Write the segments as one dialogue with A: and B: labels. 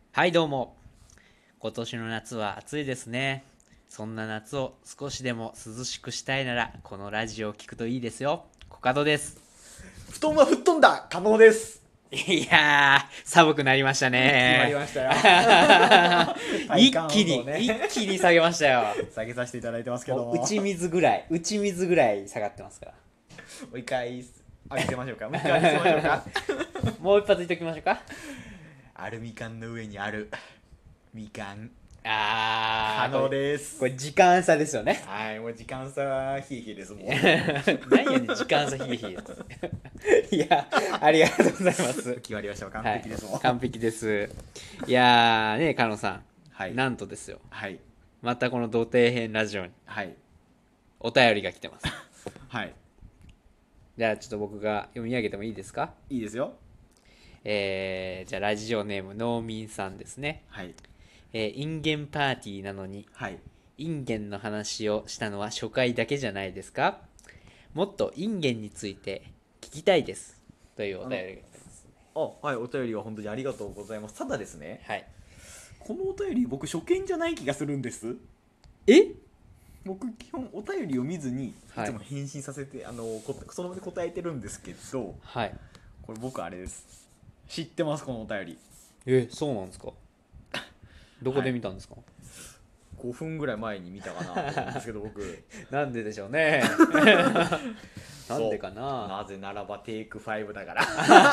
A: はいどうも。今年の夏は暑いですね。そんな夏を少しでも涼しくしたいならこのラジオを聞くといいですよ。コカドです。
B: 布団は吹っ飛んだ可能です。
A: いやー寒くなりました
B: 決まり
A: ね。
B: ましたよ。体
A: 一
B: 感
A: 気に、
B: 温度をね
A: 一気に下げましたよ。
B: 下げさせていただいてますけども、
A: もう打ち水ぐらい下がってますから。
B: もう一回上げてみましょうか。もう一回上げてみましょうか。
A: もう一発いっときましょうか。
B: アルミ缶の上にあるみかん可
A: 可
B: 能です。
A: これ時間差ですよね。
B: はい、もう時間差は冷え冷えですもん。
A: 何やねん時間差冷え冷え。いや、ありがとうございます。
B: 決まりました。完璧ですもん。
A: はい、完璧です。いやーね、カノさん、
B: はい。
A: なんとですよ、
B: はい
A: またこの土底編ラジオに
B: はい
A: お便りが来てます。
B: はい。
A: じゃあちょっと僕が読み上げてもいいですか。
B: いいですよ。
A: じゃあラジオネーム農民さんですね。
B: はい
A: インゲンパーティーなのに
B: はい。
A: インゲンの話をしたのは初回だけじゃないですか。もっとインゲンについて聞きたいですというお便りが来てますね。
B: はい、お便りは本当にありがとうございます。ただですね、
A: はい。
B: このお便り僕初見じゃない気がするんです。
A: え
B: 僕基本お便りを見ずにい
A: はい
B: つも返信させて、その場で答えてるんですけど、
A: はい
B: これ僕あれです。知ってます、このお便り。
A: そうなんですか。どこで見たんですか。
B: 5分ぐらい前に見たかなと思うんですけど僕
A: なんででしょうね。なんでかな。
B: なぜならばテイク5だから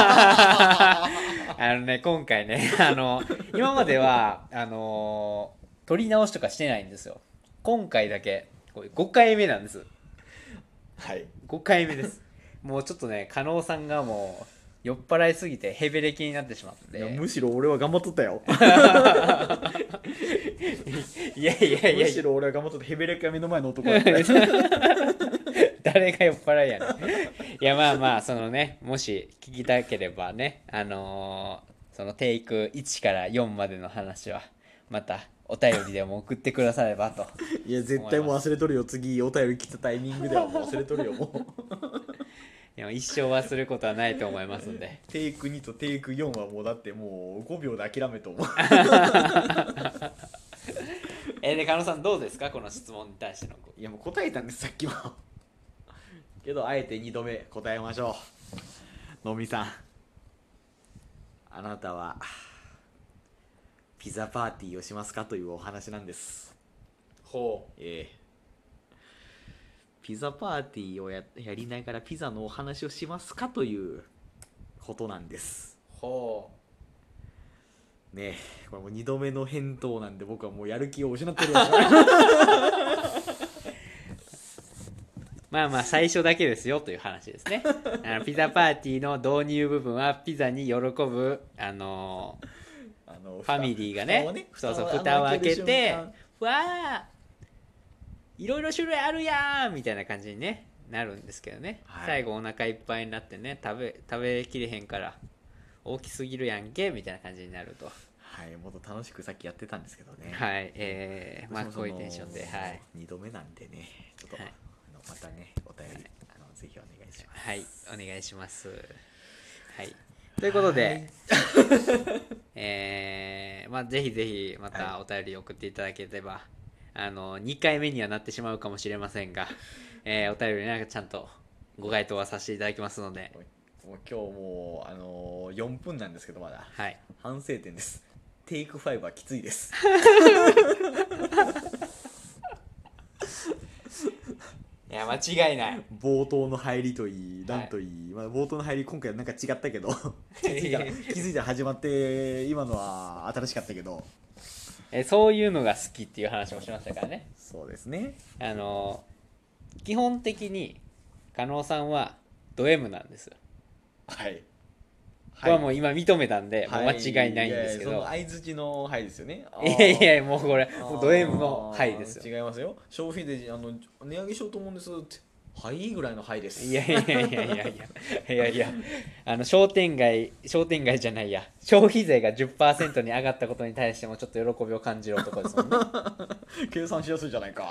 A: 今回ね、今までは、撮り直しとかしてないんですよ。今回だけ、これ5回目なんです。
B: はい。
A: 5回目です。もうちょっとね、加納さんがもう、酔っ払いすぎてヘベレキになってしまっ
B: いや
A: て。
B: むしろ俺は頑張っとったよ
A: いやいやいや
B: むしろ俺は頑張っとってヘベレカ目の前の男だった
A: 誰が酔っ払いやねん。いやまあまあそのね、もし聞きたければね、そのテイク1から4までの話はまたお便りでも送ってくださればと。
B: いや絶対もう忘れとるよ。次お便り来たタイミングではもう忘れとるよ。もう
A: いや一生忘ることはないと思いますんで。
B: テイク2とテイク4はもうだってもう5秒で諦めと思う
A: で加納さんどうですか、この質問に対しての。
B: いやもう答えたんですさっきもけどあえて2度目答えましょう。のみさん、あなたはピザパーティーをしますかというお話なんです。
A: ほ
B: ピザパーティーをやりながらピザのお話をしますかということなんです。
A: ほ
B: ねえ、これもう2度目の返答なんで僕はもうやる気を失ってるわけ
A: まあまあ最初だけですよという話ですね。ピザパーティーの導入部分はピザに喜ぶファミリーがね、そうそう蓋を開けて、わあいろいろ種類あるやんみたいな感じに、ね、なるんですけどね、
B: はい、
A: 最後お腹いっぱいになってね、食べきれへんから大きすぎるやんけみたいな感じになると。
B: はい、もっと楽しくさっきやってたんですけどね。
A: はい、まあこういうテンションで、はい、
B: 2度目なんでね、ちょっと、
A: はい、
B: またねお便り、ぜひお願いします。
A: はい、お願いします。はい、ということで、まあぜひぜひまたお便り送っていただければ、2回目にはなってしまうかもしれませんが、お便りなんかちゃんとご回答はさせていただきますので。
B: もう今日もう、4分なんですけどまだ、
A: はい、
B: 反省点です。テイク5はきついです
A: いや間違いない。
B: 冒頭の入りといいなんといい、まあ、冒頭の入り今回はなんか違ったけど気づいたら始まって今のは新しかったけど、
A: そういうのが好きっていう話もしましたからね。
B: そうですね。
A: 基本的に加納さんはド M なんですよ。
B: はい
A: これはもう今認めたんで、もう間違いないんですけど、
B: その相づちの「はい」ですよね。
A: いやいやもうこれもうド M の「はい」ですよ。
B: 違いますよ。消費税値上げしようと思うんですって。 はいぐらいのはいです
A: いやいやいやいやいやいやいや商店街じゃないや、消費税が 10% に上がったことに対してもちょっと喜びを感じる男ですもんね。
B: 計算しやすいじゃないか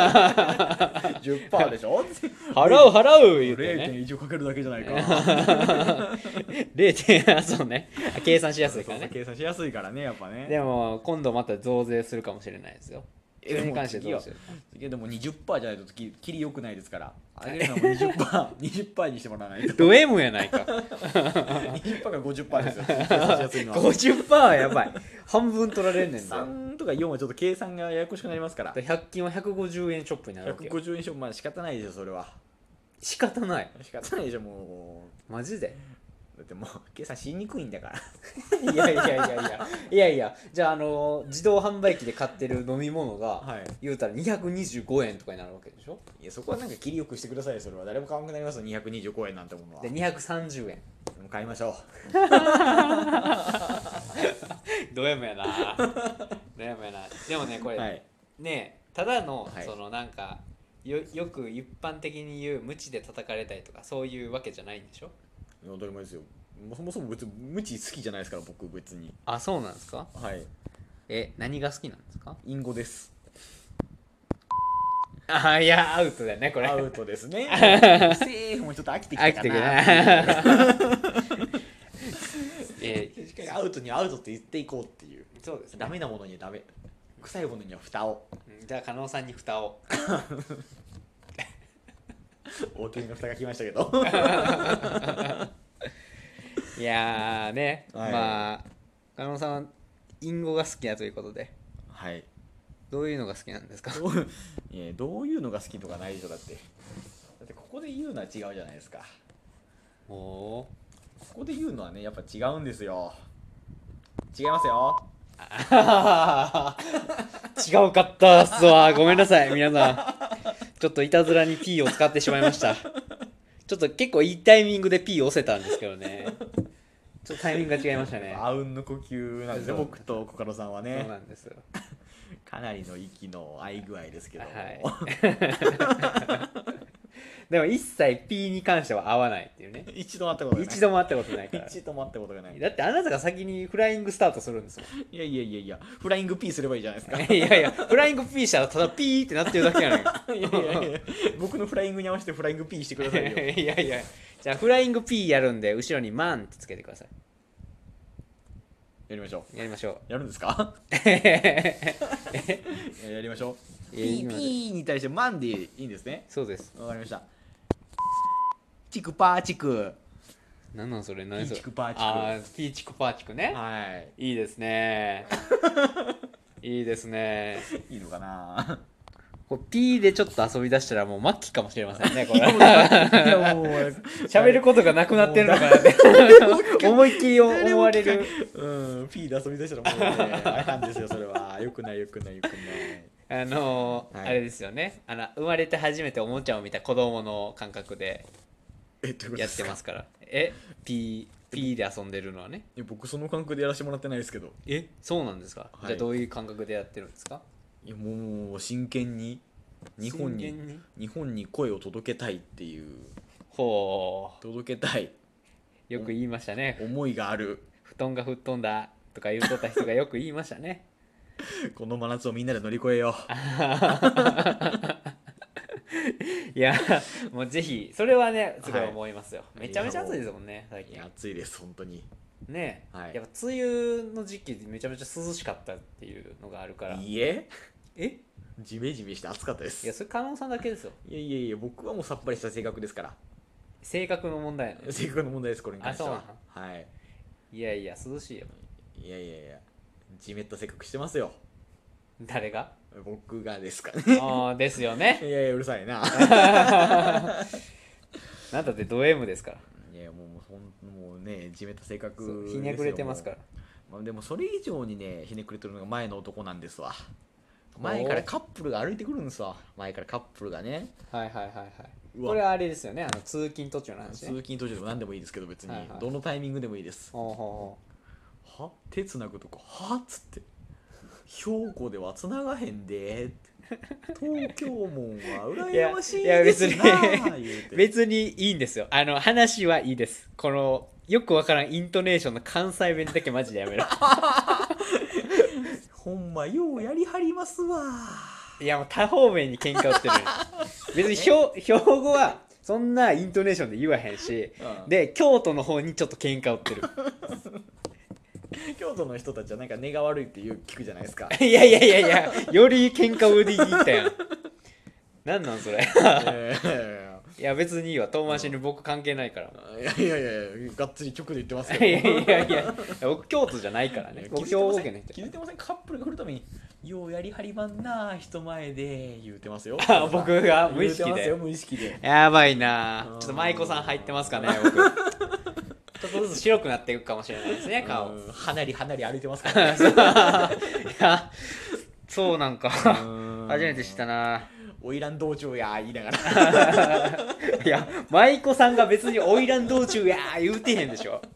B: 10%でしょ
A: 払う言うてね。
B: 0.1 をかけるだけじゃないか
A: 0. 点そうね、計算しやすいからね。
B: 計算しやすいからねやっぱね。
A: でも今度また増税するかもしれないですよ。それに関してどうする？
B: でも 20% じゃないと切り良くないですから、あげるのも 20% にしてもらわないと。
A: ド M やないか。
B: 20%か50%ですよ計算しやすいのは。
A: 50% はやばい、半分取られんねんだよ。
B: 3とか4はちょっと計算がややこしくなりますから。
A: 100均は150円ショップになるわけよ。
B: 150円ショップまで仕方ないですよそれは。
A: 仕方ない。
B: 仕方ないでしょも
A: マジで。
B: う。だってもう計算しにくいんだから
A: いやいやいやいやいやいや、じゃあ自動販売機で買ってる飲み物が、
B: はい
A: 言うたら225円とかになるわけでしょ。
B: いやそこはなんか切りよくしてくださいよ。それは誰も買わなくなりますよ225円なんてものは。
A: で230円。
B: でも買いましょう。
A: ド M やな。ド M やな。でもねこれ、
B: はい
A: ねただの、
B: はい
A: そのなんかよく一般的に言う無知で叩かれたりとかそういうわけじゃないんでしょ。
B: 当たり前ですよ。そもそも別に無知好きじゃないですから僕別に。
A: あ、そうなんですか。
B: はい
A: 何が好きなんですか。
B: 隠語です。
A: あ、いやアウトだよねこれ。
B: アウトですね。セーフもちょっと飽きてきたか
A: 飽きてくる
B: な。確かにアウトにアウトって言っていこうっていう。
A: そうですね。
B: ダメなものにはダメ、臭いものには蓋を。
A: じゃあ加納さんに蓋を。
B: 大手の蓋が来ましたけど
A: いやね、
B: はい
A: まあ加納さんは隠語が好きだということで、
B: はい
A: どういうのが好きなんですか。
B: どういうのが好きとかないでしょ。だってここで言うのは違うじゃないですか。
A: おお
B: ここで言うのはねやっぱ違うんですよ。違いますよ。
A: 違うかったっすわ、ごめんなさい皆さん、ちょっといたずらに P を使ってしまいました。ちょっと結構いいタイミングで P を押せたんですけどね、ちょっとタイミングが違いましたね。
B: あうんの呼吸なんですよ
A: そう
B: 僕とコカロさんは
A: そう
B: ね。
A: なんですよ。
B: かなりの息の合い具合ですけども、
A: はいでも一切 P に関しては合わないっていうね。
B: 一度も会ったことがない。
A: 一度も会ったことないから
B: 一度も会ったことがない。
A: だってあなたが先にフライングスタートするんですもん。
B: いやいやいやいやフライング P すればいいじゃないですか。
A: いやいやフライング P したらただピーってなってるだけやないか。
B: いやいやいや僕のフライングに合わせてフライング P してくださいよ。
A: いやいや、じゃあフライング P やるんで後ろにマンってつけてください。
B: やりましょ
A: やりましょ
B: う。やるんですか
A: う。
B: やりましょう。P に対してマンでいいんですね。
A: そうです。
B: わかりました。チクパーチク。
A: なんなんそれ、何それ。
B: ピーチクパーチク。
A: あーピーチクパーチクね。
B: はい。
A: いいですね。いいですね。
B: いいのかな。
A: これ P でちょっと遊び出したらもう末期かもしれませんねこれ。
B: いやもう
A: 喋ることがなくなってるのかなって思いっきり思われる。
B: うん P で遊び出したらもうねあかんですよそれは。よくないよくないよくない。はい
A: あれですよね、生まれて初めておもちゃを見た子供の感覚で
B: どういうこと
A: やって
B: ですか。
A: ますから。P で遊んでるのはね。
B: いや僕その感覚でやらせてもらってないですけど。
A: そうなんですか、
B: はい
A: じゃあどういう感覚でやってるんですか。
B: いやもう真剣に日本に
A: 真剣に
B: 日本に声を届けたいっていう、
A: ほ
B: 届けたいう
A: よく言いましたね。
B: 思いがある。
A: 布団が吹っ飛んだとか言うとった人がよく言いましたね。
B: この真夏をみんなで乗り越えよ
A: いやもうぜひそれはねすごい思いますよ、めちゃめちゃ暑いですもんね最
B: う。い
A: 近
B: や暑いです本当に。
A: ね、
B: はい
A: やっぱ梅雨の時期めちゃめちゃ涼しかったっていうのがあるから。
B: いいえ
A: え
B: ジメジメして暑かったです。
A: いやそれ加納さんだけですよ。
B: いやいやいや僕はもうさっぱりした性格ですから。
A: 性格の問題なの。
B: 性格の問題ですこれに関しては。
A: あ
B: はい
A: いやいや涼しいよ。
B: いやいやいやじめった性格してますよ
A: 誰が。
B: 僕がですかね。
A: ああですよね。
B: いやいやうるさいな。
A: なんだってド M ですから。
B: いやもうねじめった性格
A: そう
B: ですよ。
A: ひねくれてますから。
B: まあでもそれ以上にねひねくれてるのが前の男なんですわ。前からカップルが歩いてくるんですわ。前からカップルがね。
A: はいはいはいはい。
B: うわ
A: これはあれですよね、通勤途中の話
B: 通
A: ね。
B: 勤途中でも何でもいいですけど別に、
A: はいはい
B: どのタイミングでもいいです。
A: ほうほ
B: は手つなぐとこはっつって兵庫ではつながへんでーって東京門は
A: いや
B: 羨ましい
A: いや別に
B: ですな言うて
A: 別にいいんですよ。話はいいです。このよくわからんイントネーションの関西弁だけマジでやめろ。
B: ほんまようやりはりますわ。
A: いやもう多方面に喧嘩売ってる。別に標語はそんなイントネーションで言わへんし、
B: うん
A: で京都の方にちょっと喧嘩売ってる。
B: 京都の人たちはなんか根が悪いって聞くじゃないですか。
A: いやいやいやいや、より喧嘩売りに行ったやん。なんなんそれ。いや別にいいわ、遠回しに僕関係ないから。
B: いやいやいやがっつり直で言ってます
A: い
B: けど。
A: やいやいや、僕京都じゃないからね。僕兵庫県の人。
B: 気づいてません。カップルが振るためにようやりはりまんな人前で言うてますよ。
A: あ僕が無意識で
B: 言うてますよ無意識で。
A: やばいな。ちょっと舞妓さん入ってますかね、僕。ちょっとずつ白くなっていくかもしれないですね、顔。
B: 離れ離れ歩いてますからね。
A: いや、そうなんか。
B: 初
A: 初めて知ったな。
B: 花魁道中や言いながら。
A: いや、舞妓さんが別に花魁道中やー言うてへんでしょ。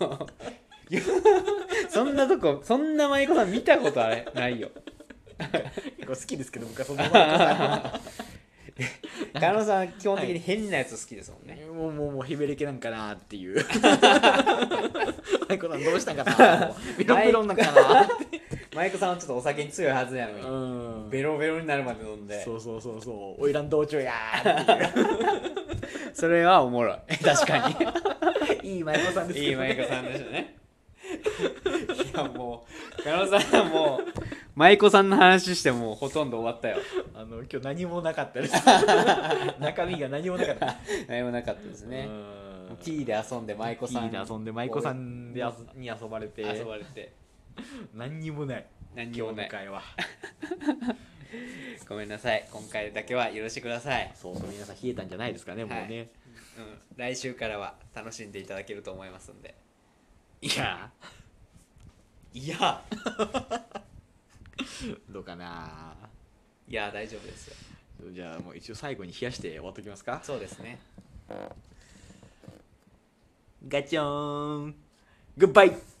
A: そんなとこ、そんな舞妓さん見たことあれないよ。
B: 結構好きですけど僕はそんな舞
A: 加納さん基本的に変なやつ好きですもんね。
B: もうヘベレケなんかなっていう。舞子さんどうしたんかな。ビロビロなんかな。
A: 舞妓さんはちょっとお酒に強いはずやのに、
B: うん。
A: ベロベロになるまで飲んで。
B: そう花魁道中やーっていう。
A: それはおもろい。確かに。
B: いい舞妓さんです
A: いい舞妓さんでしたね。いやもう加納さんもう舞妓さんの話してもうほとんど終わったよ。
B: 今日何もなかったです。中身が何もなかった。
A: 何もなかったですね。T で遊んで舞妓さん
B: で遊んで舞妓さんに遊ばれて
A: 遊ばれて
B: 何にもない。
A: 何にもない。
B: 今日の会は。
A: ごめんなさい。今回だけは許してください。
B: そう皆さん冷えたんじゃないですかねもうね。
A: 来週からは楽しんでいただけると思いますんで。
B: いや
A: いや
B: どうかない
A: や大丈夫ですよ。
B: じゃあもう一応最後に冷やして終わっときますか。
A: そうですね。
B: ガチョーングッバイ。